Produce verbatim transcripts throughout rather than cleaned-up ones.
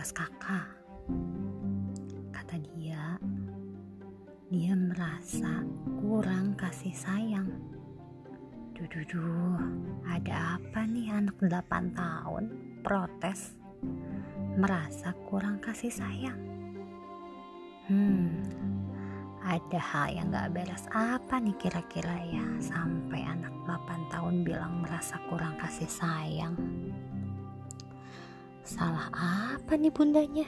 tugas kakak. Kata dia, dia merasa kurang kasih sayang. Duh, ada apa nih anak delapan tahun protes merasa kurang kasih sayang? Hmm, ada hal yang gak beres apa nih kira-kira ya sampai anak delapan tahun bilang merasa kurang kasih sayang. Salah apa nih bundanya?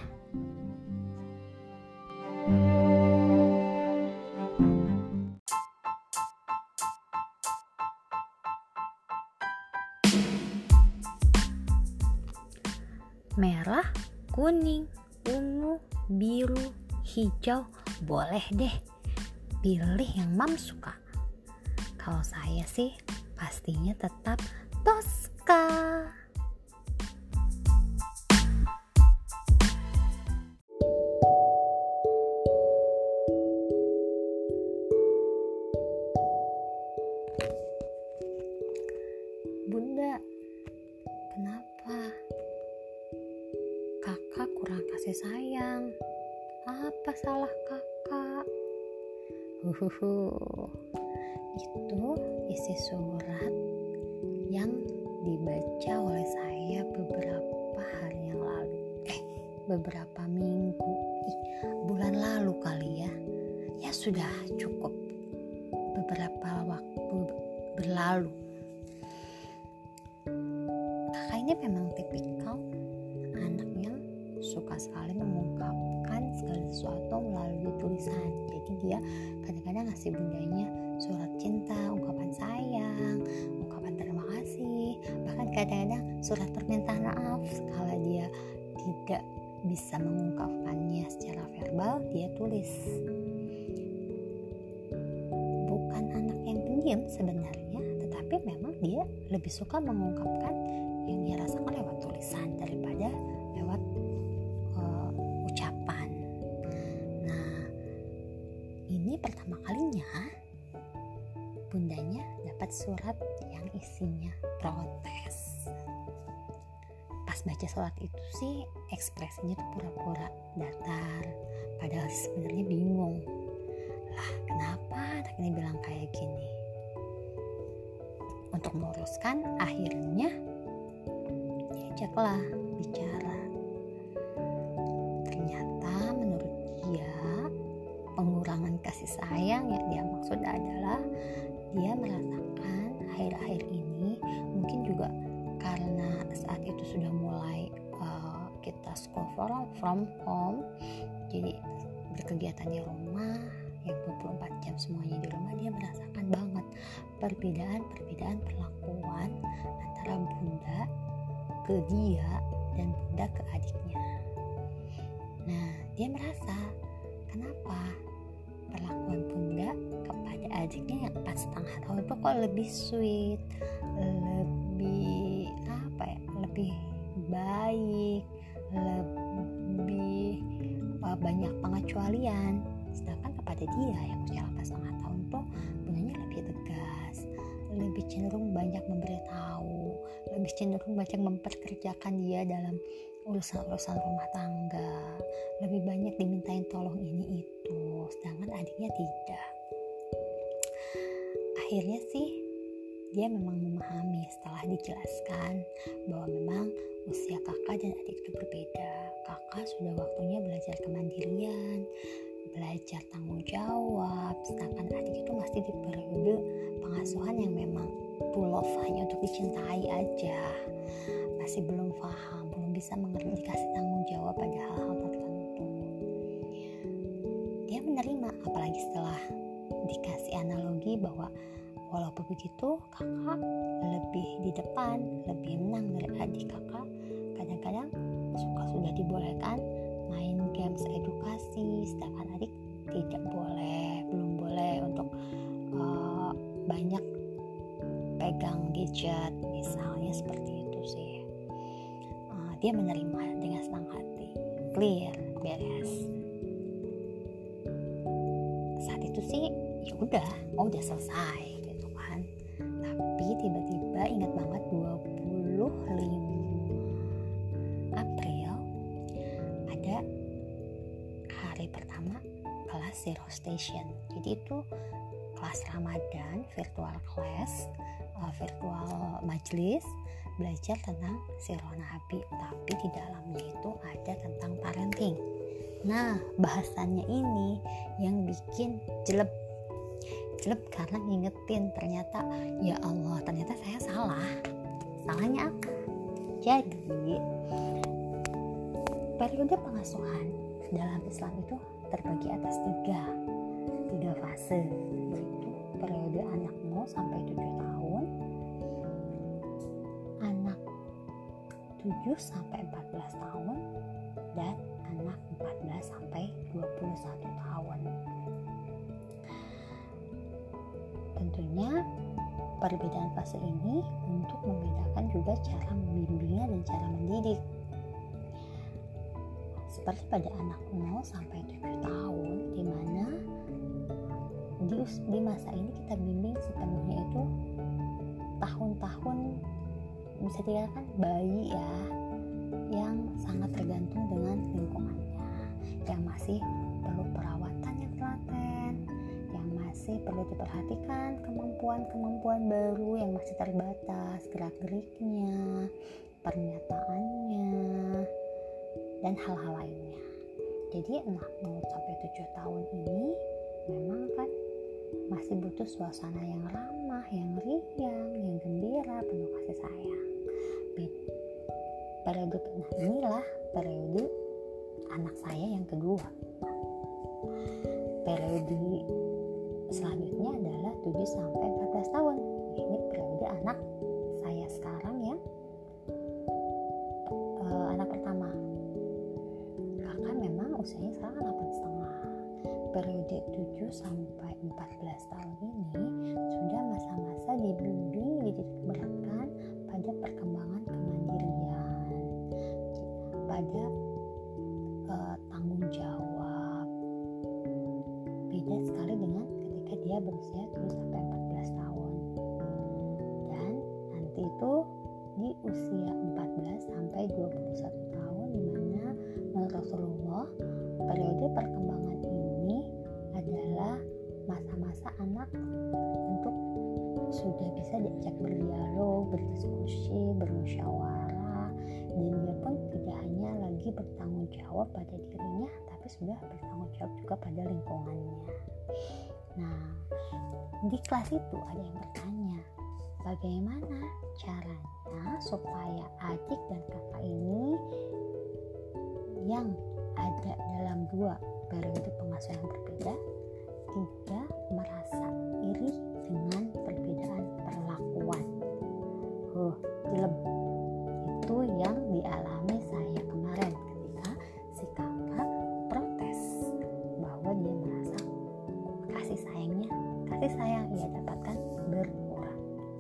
Merah, kuning, ungu, biru, hijau, boleh deh pilih yang mam suka. Kalau saya sih pastinya tetap Tosca. Bunda, kenapa? Kakak kurang kasih sayang. Apa salah kakak? Uhuhu. Itu isi surat yang dibaca oleh saya beberapa hari yang lalu. Eh, beberapa minggu. Ih, bulan lalu kali ya. Ya sudah cukup beberapa waktu berlalu. Kakak ini memang tipikal anak yang suka sekali mengungkapkan segala sesuatu melalui tulisan. Jadi dia kadang-kadang ngasih bundanya surat cinta, ungkapan sayang, ungkapan terima kasih, bahkan kadang-kadang surat permintaan maaf. Kalau dia tidak bisa mengungkapkannya secara verbal, dia tulis. Bukan anak yang pendiam sebenarnya, tetapi memang dia lebih suka mengungkapkan yang dia rasakan lewat tulisan daripada lewat uh, ucapan. Nah, ini pertama kalinya bundanya dapat surat yang isinya protes. Pas baca surat itu sih ekspresinya tuh pura-pura datar, padahal sebenarnya bingung. Lah, kenapa anak ini bilang kayak gini? Untuk meluruskan, akhirnya diajaklah bicara. Ternyata menurut dia pengurangan kasih sayang yang dia maksud adalah dia merasakan akhir-akhir ini mungkin juga karena saat itu sudah mulai uh, kita school from, from home, jadi berkegiatan di rumah yang dua puluh empat jam semuanya di rumah, dia merasakan banget perbedaan-perbedaan perlakuan antara bunda ke dia dan bunda ke adiknya. Nah, dia merasa kenapa perlakuan bunda kepada adiknya yang empat setengah tahun itu kok lebih sweet, lebih apa ya, lebih baik, lebih uh, banyak pengecualian. Sedangkan kepada dia yang usia delapan setengah tahun tuh bundanya lebih tegas, lebih cenderung banyak memberitahu, lebih cenderung banyak memperkerjakan dia dalam urusan-urusan rumah tangga, lebih banyak dimintain tolong ini itu, sedangkan adiknya tidak. Akhirnya sih dia memang memahami setelah dijelaskan bahwa memang usia kakak dan adik itu berbeda. Kakak sudah waktunya belajar kemandirian, belajar tanggung jawab, sedangkan adik itu masih di periode pengasuhan yang memang to love, hanya untuk dicintai aja, masih belum paham, belum bisa mengerti dikasih tanggung jawab pada hal-hal tertentu. Dia menerima, apalagi setelah dikasih analogi bahwa walaupun begitu kakak lebih di depan, lebih menang dari adik. Kakak kadang-kadang suka sudah dibolehkan main games edukasi, sedangkan adik tidak boleh, belum boleh untuk uh, banyak pegang gadget misalnya, seperti itu sih. Uh, dia menerima dengan senang hati, clear, beres. Saat itu sih ya udah, oh udah selesai gitu kan. Tapi tiba-tiba ingat banget dua puluh lima April Zero Station. Jadi itu kelas Ramadan, virtual class, uh, virtual majelis belajar tentang sirah Nabi, tapi di dalamnya itu ada tentang parenting. Nah, bahasannya ini yang bikin jelek jelek karena ngingetin ternyata ya Allah, ternyata saya salah. Salahnya apa? Jadi periode pengasuhan dalam Islam itu terbagi atas tiga tiga fase, yaitu periode anak nol sampai tujuh tahun, anak tujuh sampai empat belas tahun, dan anak empat belas sampai dua puluh satu tahun. Tentunya perbedaan fase ini untuk membedakan juga cara membimbingnya dan cara mendidik. Seperti pada anak nol sampai tujuh tahun, di mana di, di masa ini kita bimbing sepenuhnya itu tahun-tahun bisa dikatakan bayi ya, yang sangat tergantung dengan lingkungannya, yang masih perlu perawatan yang telaten, yang masih perlu diperhatikan kemampuan-kemampuan baru yang masih terbatas, gerak-geriknya, pernyataannya, dan hal-hal lainnya. Jadi anak nol sampai tujuh tahun ini memang kan masih butuh suasana yang ramah, yang riang, yang gembira, penuh kasih sayang. Periode nah inilah periode anak saya yang kedua. Periode selanjutnya adalah tujuh sampai empat belas tahun. Ini periode anak saya sekarang yang uh, anak pertama. Kakak memang usianya sekarang delapan setengah. Periode tujuh sampai empat belas tahun ini sudah masa-masa dibimbing, dididik beratkan pada perkembangan kemandirian, pada uh, tanggung jawab. Beda sekali dengan ketika dia berusia tujuh sampai empat belas tahun. Dan nanti itu di usia empat belas sampai dua puluh satu tahun, di mana menurut Rasulullah periode perkembangan ini adalah masa-masa anak untuk sudah bisa diajak berdialog, berdiskusi, bermusyawarah, dan dia pun tidak hanya lagi bertanggung jawab pada dirinya, tapi sudah bertanggung jawab juga pada lingkungannya. Nah, di kelas itu ada yang bertanya, bagaimana caranya supaya adik dan kakak ini yang ada dalam dua periode pengasuhan yang berbeda tidak merasa iri dengan perbedaan perlakuan. Huh, jelek. Itu yang dialami saya kemarin ketika si kakak protes bahwa dia merasa kasih sayangnya, kasih sayang ia dapatkan berkurang.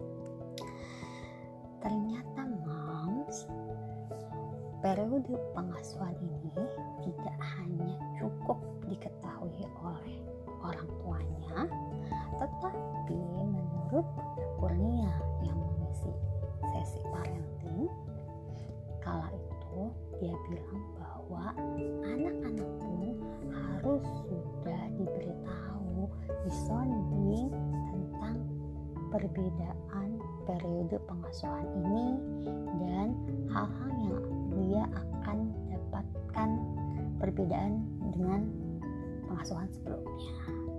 Ternyata moms, periode pengasuhan ini tidak hanya cukup diketahui oleh orang tuanya, tetapi menurut Kurnia yang mengisi sesi parenting, kala itu dia bilang bahwa anak-anak pun harus sudah diberitahu, disonding tentang perbedaan periode pengasuhan ini dan hal-hal yang dia akan dapatkan perbedaan dengan pengasuhan sebelumnya.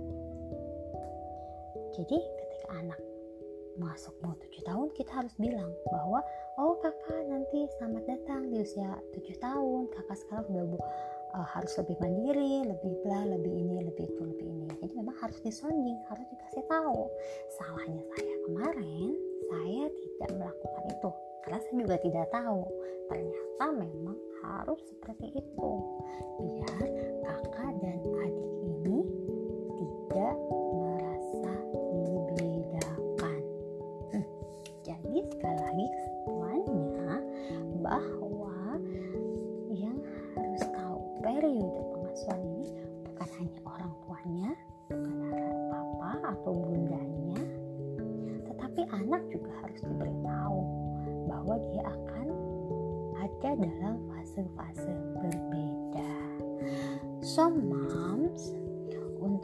Jadi ketika anak masuk mau tujuh tahun, kita harus bilang bahwa oh kakak nanti selamat datang di usia tujuh tahun, kakak sekarang sudah uh, harus lebih mandiri, lebih bla, lebih ini, lebih itu, lebih ini. Jadi memang harus disonding, harus dikasih tahu. Salahnya saya kemarin, saya tidak melakukan itu karena saya juga tidak tahu. Ternyata memang harus seperti itu biar kakak dan adik ini tidak merasa dibedakan. hmm. Jadi sekali lagi kesimpulannya bahwa yang harus tahu periode pengasuhan ini bukan hanya orang tuanya, bukan hanya papa atau bundanya, tetapi anak juga harus diberitahu bahwa dia akan ada dalam fase-fase berbeda. So moms,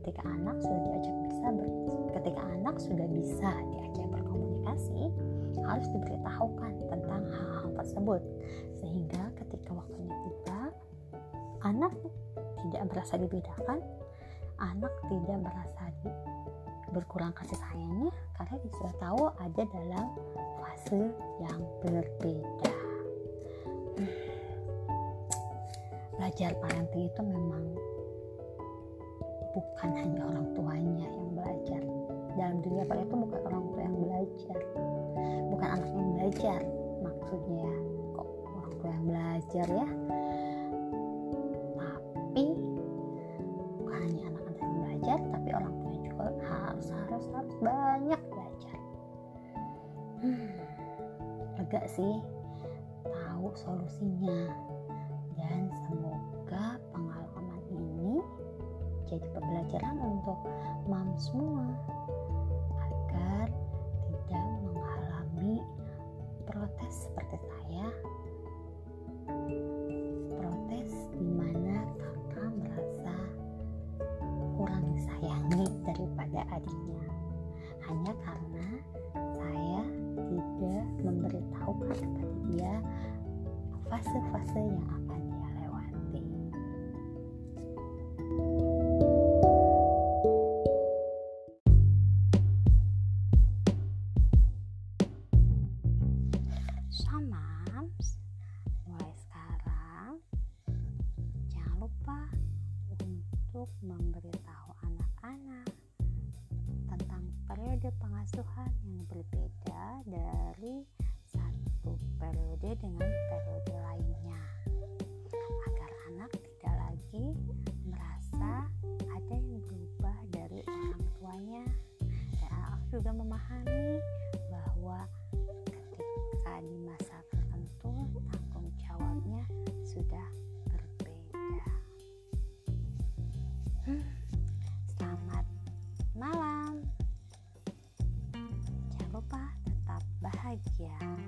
ketika anak sudah diajak bisa ber, ketika anak sudah bisa diajak berkomunikasi, harus diberitahukan tentang hal-hal tersebut, sehingga ketika waktunya tiba, anak tidak merasa dibedakan, anak tidak merasa di, berkurang kasih sayangnya, karena dia sudah tahu ada dalam fase yang berbeda. Belajar parenting itu memang bukan hanya orang tuanya yang belajar. Dalam dunia parenting bukan orang tua yang belajar, bukan anak yang belajar. Maksudnya kok orang tua yang belajar ya, tapi bukan hanya anak-anak yang belajar, tapi orang tua juga harus harus harus banyak belajar. Hmm, lega sih tahu solusinya, dan semoga pengalaman ini jadi pembelajaran untuk mam semua agar tidak mengalami protes seperti saya, protes di mana kakak merasa kurang disayangi daripada adiknya hanya karena saya tidak memberitahukan kepada dia fase-fase yang akan dia lewati. So moms, mulai sekarang jangan lupa untuk memberitahu anak-anak tentang periode pengasuhan yang berbeda dari satu periode dengan periode lainnya, agar anak tidak lagi merasa ada yang berubah dari orang tuanya, dan anak juga memahami bahwa ketika di masa tertentu tanggung jawabnya sudah berbeda. hmm, Selamat malam, jangan lupa tetap bahagia.